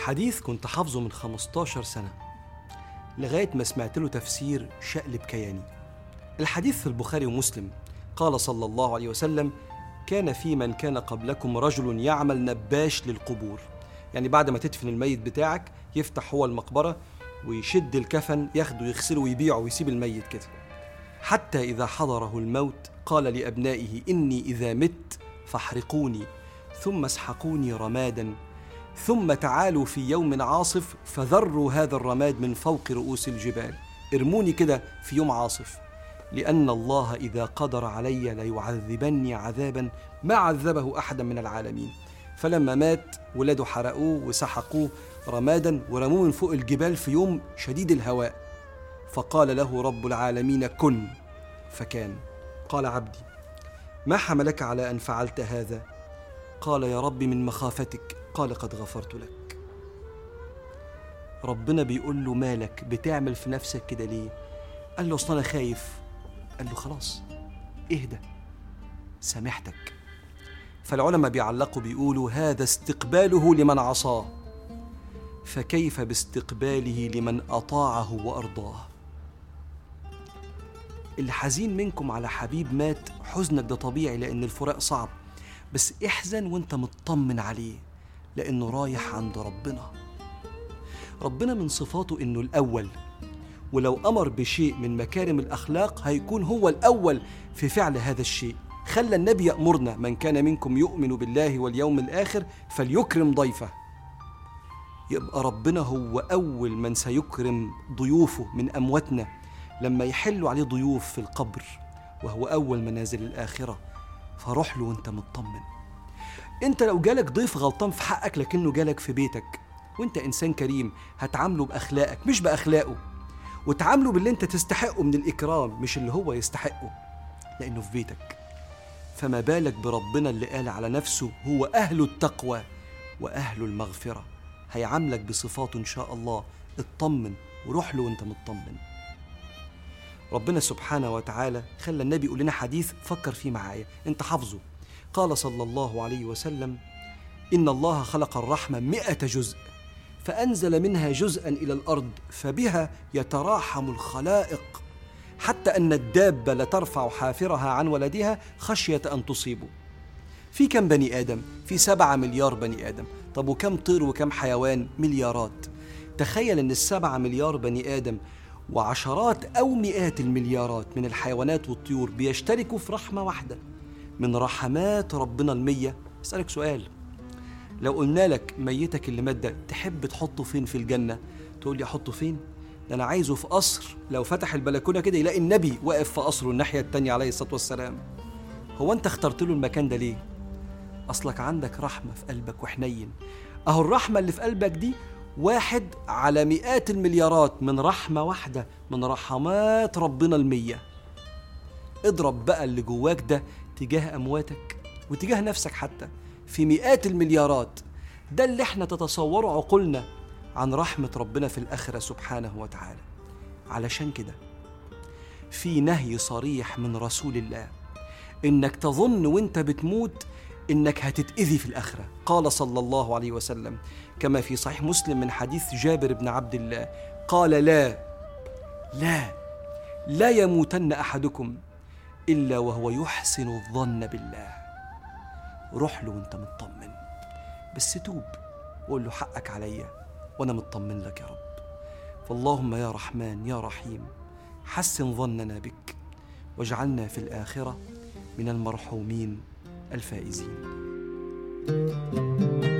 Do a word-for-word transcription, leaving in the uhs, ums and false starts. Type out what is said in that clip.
حديث كنت حافظه من خمستاشر سنة لغاية ما سمعت له تفسير شقلب كياني. الحديث في البخاري ومسلم. قال صلى الله عليه وسلم: كان في من كان قبلكم رجل يعمل نباش للقبور، يعني بعد ما تدفن الميت بتاعك يفتح هو المقبرة ويشد الكفن ياخده يغسله ويبيعه ويسيب الميت كده، حتى إذا حضره الموت قال لأبنائه: إني إذا مت فاحرقوني ثم اسحقوني رمادا، ثم تعالوا في يوم عاصف فذروا هذا الرماد من فوق رؤوس الجبال، ارموني كده في يوم عاصف، لأن الله إذا قدر علي ليعذبني عذابا ما عذبه أحدا من العالمين. فلما مات ولاده حرقوه وسحقوه رمادا ورموه من فوق الجبال في يوم شديد الهواء، فقال له رب العالمين: كن فكان. قال: عبدي ما حملك على أن فعلت هذا؟ قال: يا رب من مخافتك. قال: قد غفرت لك. ربنا بيقول له: مالك بتعمل في نفسك كده ليه؟ قال له: أصل أنا خايف. قال له: خلاص اهدى سامحتك. فالعلماء بيعلقوا بيقولوا: هذا استقباله لمن عصاه، فكيف باستقباله لمن أطاعه وأرضاه؟ اللي حزين منكم على حبيب مات حزنك ده طبيعي لأن الفراق صعب، بس احزن وانت مطمن عليه لأنه رايح عند ربنا. ربنا من صفاته إنه الأول، ولو أمر بشيء من مكارم الأخلاق هيكون هو الأول في فعل هذا الشيء. خلى النبي يأمرنا: من كان منكم يؤمن بالله واليوم الآخر فليكرم ضيفه. يبقى ربنا هو أول من سيكرم ضيوفه من أمواتنا لما يحلوا عليه ضيوف في القبر، وهو أول منازل الآخرة، فروح له وانت مطمن. انت لو جالك ضيف غلطان في حقك لكنه جالك في بيتك وانت إنسان كريم هتعامله بأخلاقك مش بأخلاقه، وتعامله باللي انت تستحقه من الإكرام مش اللي هو يستحقه لأنه في بيتك. فما بالك بربنا اللي قال على نفسه: هو أهل التقوى وأهل المغفرة، هيعاملك بصفاته إن شاء الله. اطمن وروح له وانت مطمن. ربنا سبحانه وتعالى خلى النبي يقول لنا حديث فكر فيه معايا انت حافظه. قال صلى الله عليه وسلم: إن الله خلق الرحمة مئة جزء فأنزل منها جزءا إلى الأرض فبها يتراحم الخلائق، حتى أن الدابة لترفع حافرها عن ولدها خشية أن تصيبه. في كم بني آدم؟ في سبعة مليار بني آدم. طب وكم طير وكم حيوان؟ مليارات. تخيل أن السبعة مليار بني آدم وعشرات أو مئات المليارات من الحيوانات والطيور بيشتركوا في رحمة واحدة من رحمات ربنا المية. أسألك سؤال: لو قلنا لك ميتك اللي مات ده تحب تحطه فين في الجنة؟ تقول لي أحطه فين؟ ده أنا عايزه في قصر لو فتح البلكونة كده يلاقي النبي واقف في قصره الناحية التانية عليه الصلاة والسلام. هو أنت اخترت له المكان ده ليه؟ أصلك عندك رحمة في قلبك وحنين. أهو الرحمة اللي في قلبك دي واحد على مئات المليارات من رحمة واحدة من رحمات ربنا المية. اضرب بقى اللي جواك ده تجاه أمواتك وتجاه نفسك حتى في مئات المليارات. ده اللي احنا تتصوره عقولنا عن رحمة ربنا في الآخرة سبحانه وتعالى. علشان كده في نهي صريح من رسول الله إنك تظن وانت بتموت إنك هتتأذي في الآخرة. قال صلى الله عليه وسلم كما في صحيح مسلم من حديث جابر بن عبد الله قال: لا لا لا يموتن أحدكم إلا وهو يحسن الظن بالله. روح له وانت مطمن، بس توب وقول له: حقك عليا وأنا مطمن لك يا رب. فاللهم يا رحمن يا رحيم حسن ظننا بك واجعلنا في الآخرة من المرحومين الفائزين.